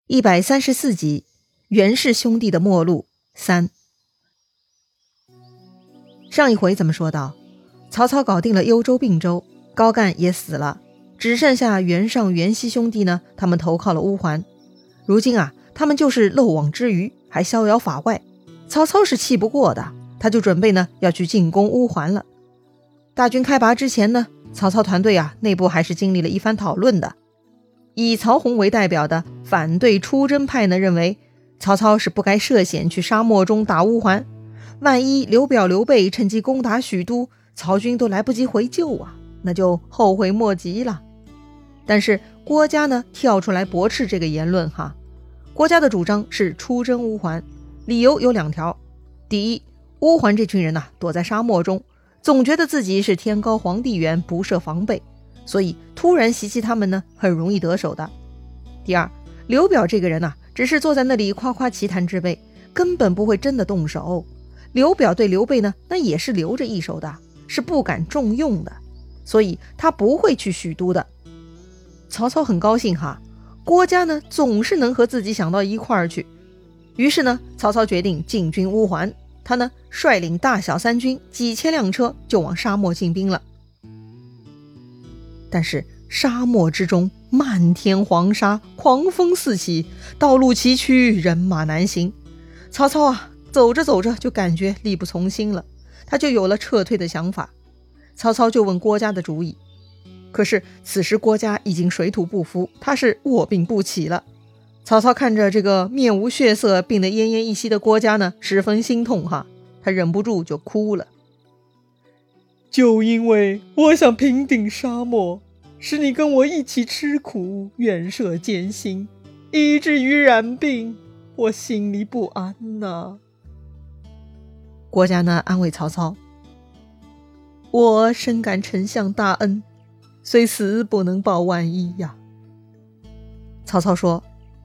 134集，袁氏兄弟的末路3。上一回怎么说到，曹操搞定了幽州并州，高干也死了，只剩下袁尚、袁熙兄弟呢，他们投靠了乌桓。如今啊，他们就是漏网之鱼，还逍遥法外，曹操是气不过的，他就准备呢要去进攻乌桓了。大军开拔之前呢，曹操团队啊内部还是经历了一番讨论的。以曹洪为代表的反对出征派呢，认为曹操是不该涉险去沙漠中打乌桓，万一刘表、刘备趁机攻打许都，曹军都来不及回救啊，那就后悔莫及了。但是郭嘉呢跳出来驳斥这个言论哈。郭嘉的主张是出征乌桓，理由有2条。第一，乌桓这群人躲在沙漠中，总觉得自己是天高皇帝远，不设防备，所以突然袭击他们呢，很容易得手的。第二，刘表这个人只是坐在那里夸夸其谈之辈，根本不会真的动手。刘表对刘备呢，那也是留着一手的，是不敢重用的，所以他不会去许都的。曹操很高兴哈，郭嘉呢总是能和自己想到一块儿去。于是呢，曹操决定进军乌桓，他呢率领大小3军几千辆车就往沙漠进兵了。但是沙漠之中漫天黄沙，狂风四起，道路崎岖，人马难行。曹操走着走着就感觉力不从心了，他就有了撤退的想法。曹操就问郭嘉的主意，可是此时郭嘉已经水土不服，他是卧病不起了。曹操看着这个面无血色、病得奄奄一息的郭嘉呢，十分心痛哈，他忍不住就哭了。 就因为我想平定沙漠，使你跟我一起吃苦，远涉艰辛，以至于染病，我心里不安呐。 郭嘉呢安慰曹操，我深感丞相大恩，虽死不能报万一呀。曹操说，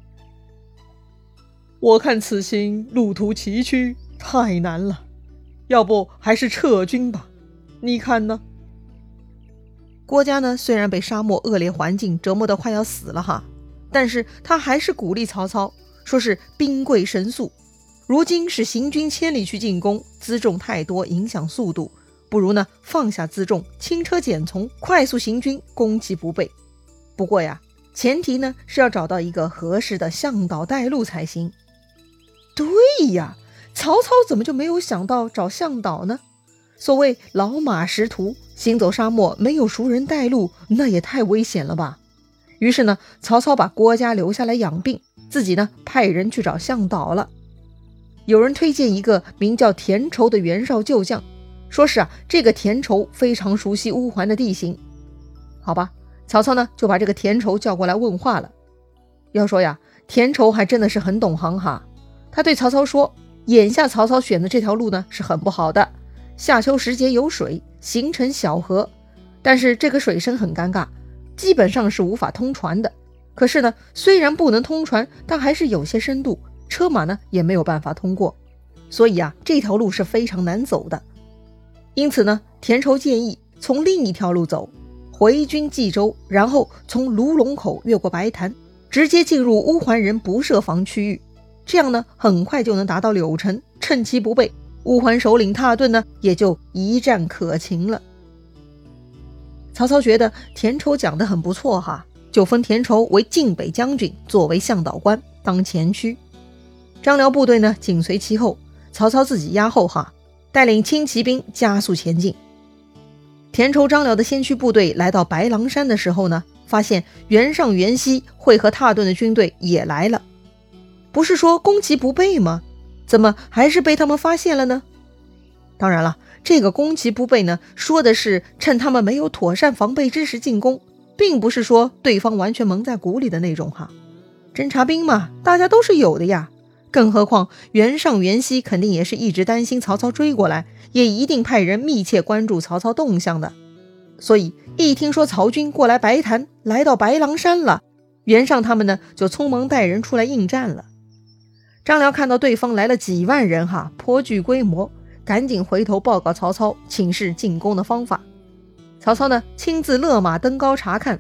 我看此行路途崎岖，太难了，要不还是撤军吧，你看呢？ 郭嘉呢虽然被沙漠恶劣环境折磨得快要死了哈，但是他还是鼓励曹操，说是兵贵神速，如今是行军千里去进攻，辎重太多影响速度，不如呢放下辎重，轻车简从，快速行军，攻其不备。不过呀，前提呢是要找到一个合适的向导带路才行。对呀，曹操怎么就没有想到找向导呢？所谓老马识途，行走沙漠没有熟人带路，那也太危险了吧。于是呢，曹操把郭嘉留下来养病，自己呢派人去找向导了。有人推荐一个名叫田畴的袁绍旧将，说是这个田畴非常熟悉乌桓的地形。好吧，曹操呢就把这个田畴叫过来问话了。要说呀，田畴还真的是很懂行哈。他对曹操说，眼下曹操选的这条路呢是很不好的，夏秋时节有水，形成小河，但是这个水深很尴尬，基本上是无法通船的。可是呢，虽然不能通船，但还是有些深度，车马呢也没有办法通过，所以这条路是非常难走的。因此呢，田畴建议从另一条路走，回军冀州，然后从卢龙口越过白潭，直接进入乌桓人不设防区域，这样呢很快就能达到柳城，趁其不备，乌桓首领蹋顿呢也就一战可擒了。曹操觉得田畴讲得很不错哈，就封田畴为晋北将军，作为向导官，当前驱。张辽部队呢紧随其后，曹操自己压后哈，带领轻骑兵加速前进。田畴、张辽的先驱部队来到白狼山的时候呢，发现袁尚、袁熙会和蹋顿的军队也来了。不是说攻其不备吗？怎么还是被他们发现了呢？当然了，这个攻其不备呢，说的是趁他们没有妥善防备之时进攻，并不是说对方完全蒙在鼓里的那种哈。侦察兵嘛，大家都是有的呀。更何况袁尚、袁熙肯定也是一直担心曹操追过来，也一定派人密切关注曹操动向的。所以一听说曹军过来白潭，来到白狼山了，袁尚他们呢就匆忙带人出来应战了。张辽看到对方来了几万人哈，颇具规模，赶紧回头报告曹操，请示进攻的方法。曹操呢亲自勒马登高查看，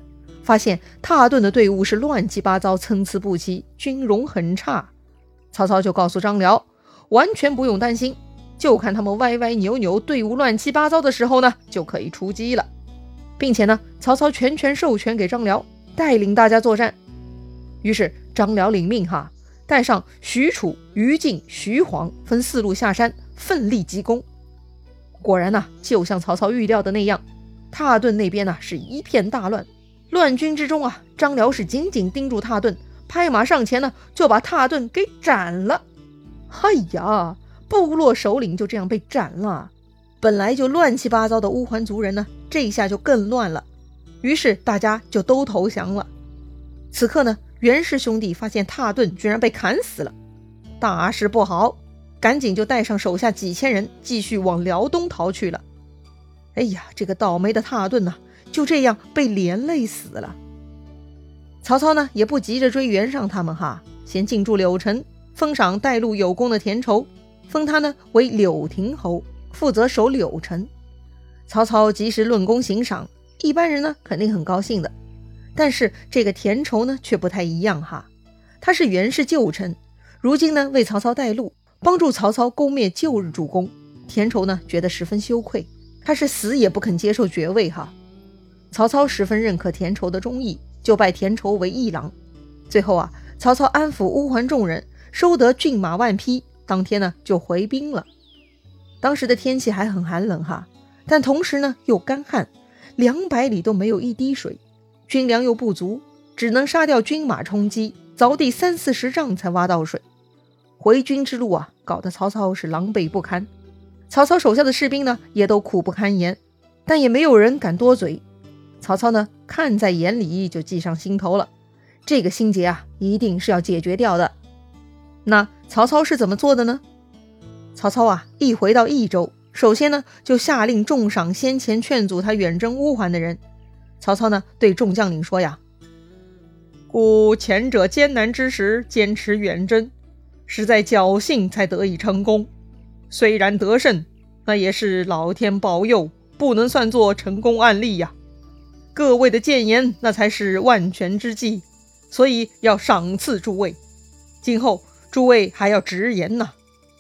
发现蹋顿的队伍是乱七八糟，参差不齐，军容很差。曹操就告诉张辽，完全不用担心，就看他们歪歪扭扭，队伍乱七八糟的时候呢，就可以出击了。并且呢，曹操全权授权给张辽，带领大家作战。于是张辽领命带上许褚、于禁、徐晃分4路下山，奋力急攻。果然就像曹操预料的那样，蹋顿那边是一片大乱。乱军之中张辽是紧紧盯住蹋顿，拍马上前呢，就把蹋顿给斩了。哎呀，部落首领就这样被斩了。本来就乱七八糟的乌桓族人呢，这一下就更乱了。于是大家就都投降了。此刻呢，袁氏兄弟发现蹋顿居然被砍死了，大事不好，赶紧就带上手下几千人继续往辽东逃去了。哎呀，这个倒霉的蹋顿就这样被连累死了。曹操呢也不急着追袁绍他们先进驻柳城，封赏带路有功的田畴，封他呢为柳亭侯，负责守柳城。曹操及时论功行赏，一般人呢肯定很高兴的。但是这个田畴呢却不太一样他是袁氏旧臣，如今呢为曹操带路，帮助曹操攻灭旧日主公。田畴呢觉得十分羞愧，他是死也不肯接受爵位曹操十分认可田畴的忠义，就拜田畴为议郎。最后曹操安抚乌桓众人，收得骏马万匹，当天呢就回兵了。当时的天气还很寒冷但同时呢又干旱，200里都没有一滴水，军粮又不足，只能杀掉军马充饥，凿地30-40丈才挖到水。回军之路搞得曹操是狼狈不堪。曹操手下的士兵呢也都苦不堪言，但也没有人敢多嘴。曹操呢看在眼里，就记上心头了，这个心结一定是要解决掉的。那曹操是怎么做的呢？曹操一回到益州，首先呢就下令重赏先前劝阻他远征乌桓的人。曹操呢对众将领说故前者艰难之时坚持远征，是在侥幸才得以成功，虽然得胜，那也是老天保佑，不能算作成功案例呀。各位的谏言那才是万全之计，所以要赏赐诸位，今后诸位还要直言呐。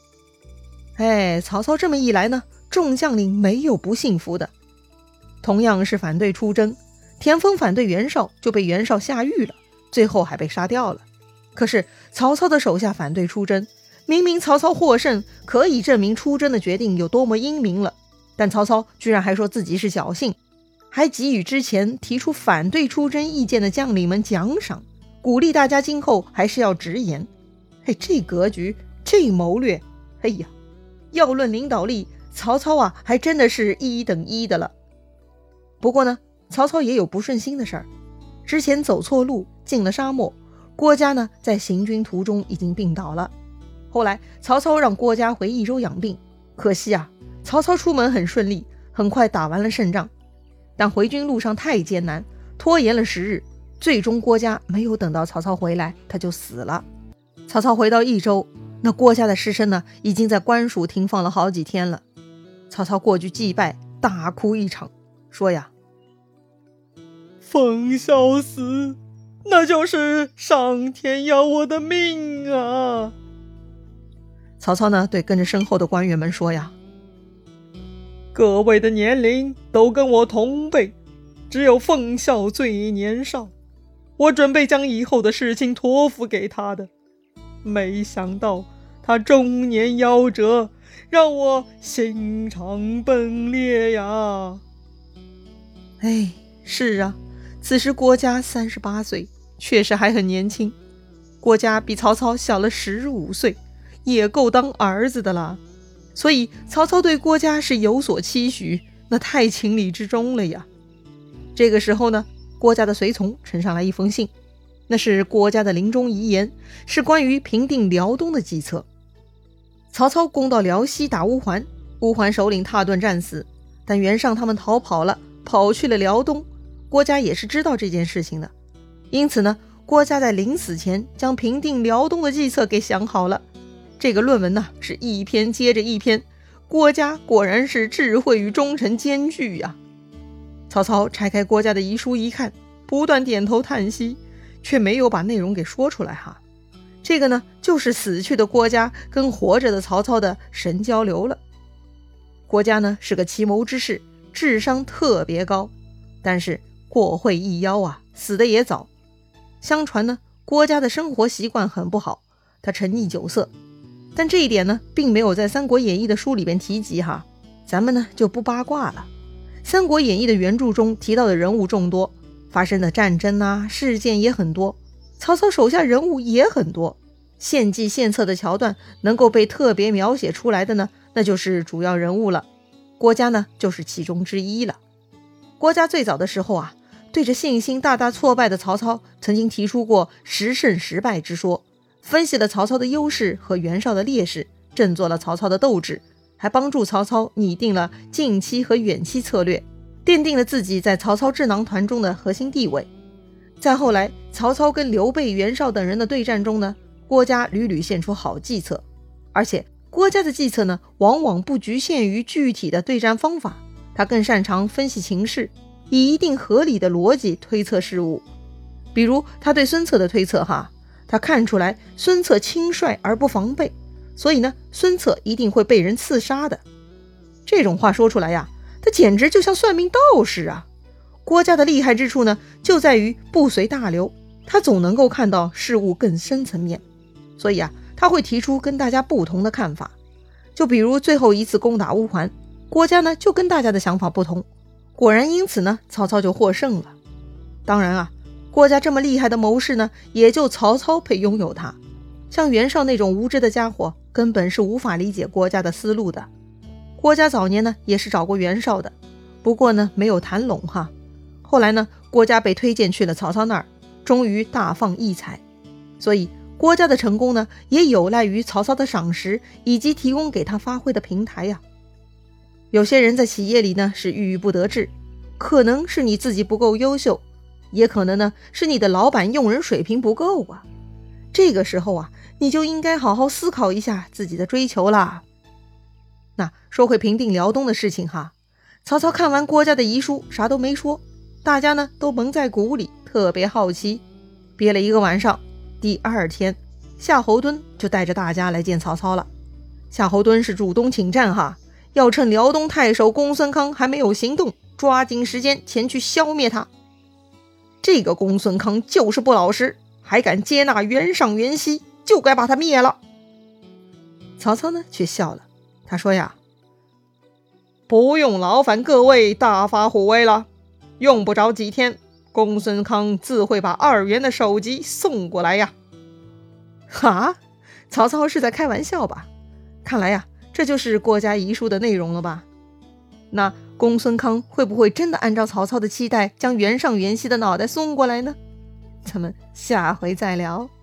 曹操这么一来呢，众将领没有不信服的。同样是反对出征，田丰反对袁绍，就被袁绍下狱了，最后还被杀掉了。可是曹操的手下反对出征，明明曹操获胜，可以证明出征的决定有多么英明了，但曹操居然还说自己是侥幸，还给予之前提出反对出征意见的将领们奖赏，鼓励大家今后还是要直言。这格局，这谋略，要论领导力，曹操还真的是1等1的了。不过呢，曹操也有不顺心的事儿。之前走错路，进了沙漠，郭嘉呢在行军途中已经病倒了。后来曹操让郭嘉回益州养病，可惜曹操出门很顺利，很快打完了胜仗，但回军路上太艰难，拖延了10日，最终郭嘉没有等到曹操回来，他就死了。曹操回到益州，那郭嘉的尸身呢已经在官署停放了好几天了。曹操过去祭拜，大哭一场，说奉孝死，那就是上天要我的命啊。 曹操呢对跟着身后的官员们说各位的年龄都跟我同辈，只有奉孝最年少，我准备将以后的事情托付给他的，没想到他中年夭折，让我心肠崩裂呀。 是此时郭嘉38岁，确实还很年轻。郭嘉比曹操小了15岁，也够当儿子的了。所以曹操对郭嘉是有所期许，那太情理之中了呀。这个时候呢，郭嘉的随从呈上来一封信，那是郭嘉的临终遗言，是关于平定辽东的计策。曹操攻到辽西打乌桓，乌桓首领蹋顿战死，但袁绍他们逃跑了，跑去了辽东。郭嘉也是知道这件事情的，因此呢，郭嘉在临死前将平定辽东的计策给想好了。这个论文呢是一篇接着一篇，郭嘉果然是智慧与忠诚兼具呀。曹操拆开郭嘉的遗书一看， 不断点头叹息，却没有把内容给说出来哈。这个呢，就是死去的郭嘉跟活着的曹操的神交流了。郭嘉呢是个奇谋之士，智商特别高，但是过会一夭啊，死得也早。相传呢，郭嘉的生活习惯很不好，他沉溺酒色，但这一点呢，并没有在《三国演义》的书里边提及哈，咱们呢就不八卦了。《三国演义》的原著中提到的人物众多，发生的战争啊、事件也很多，曹操手下人物也很多，献计献策的桥段能够被特别描写出来的呢，那就是主要人物了。郭嘉呢，就是其中之一了。郭嘉最早的时候啊，对着信心大大挫败的曹操，曾经提出过10胜10败之说，分析了曹操的优势和袁绍的劣势，振作了曹操的斗志，还帮助曹操拟定了近期和远期策略，奠定了自己在曹操智囊团中的核心地位。再后来，曹操跟刘备、袁绍等人的对战中呢，郭嘉屡屡献出好计策，而且郭嘉的计策呢，往往不局限于具体的对战方法，他更擅长分析情势，以一定合理的逻辑推测事物。比如他对孙策的推测哈，他看出来孙策轻率而不防备，所以呢，孙策一定会被人刺杀的。这种话说出来呀，他简直就像算命道士啊。郭嘉的厉害之处呢，就在于不随大流，他总能够看到事物更深层面，所以啊，他会提出跟大家不同的看法。就比如最后一次攻打乌桓，郭嘉呢就跟大家的想法不同，果然因此呢，曹操就获胜了。当然啊，郭嘉这么厉害的谋士呢，也就曹操配拥有他。像袁绍那种无知的家伙，根本是无法理解郭嘉的思路的。郭嘉早年呢，也是找过袁绍的，不过呢，没有谈拢哈。后来呢，郭嘉被推荐去了曹操那儿，终于大放异彩。所以郭嘉的成功呢，也有赖于曹操的赏识以及提供给他发挥的平台呀。有些人在企业里呢是郁郁不得志，可能是你自己不够优秀，也可能呢是你的老板用人水平不够啊。这个时候啊，你就应该好好思考一下自己的追求啦。那说回平定辽东的事情哈，曹操看完郭嘉的遗书，啥都没说，大家呢都蒙在鼓里，特别好奇。憋了一个晚上，第2天，夏侯惇就带着大家来见曹操了。夏侯惇是主动请战哈，要趁辽东太守公孙康还没有行动，抓紧时间前去消灭他。这个公孙康就是不老实，还敢接纳袁尚、袁熙，就该把他灭了。曹操呢却笑了，他说呀，不用劳烦各位大发虎威了，用不着几天，公孙康自会把2员的首级送过来呀。哈，曹操是在开玩笑吧？看来呀，这就是郭嘉遗书的内容了吧？那公孙康会不会真的按照曹操的期待，将袁尚、袁熙的脑袋送过来呢？咱们下回再聊。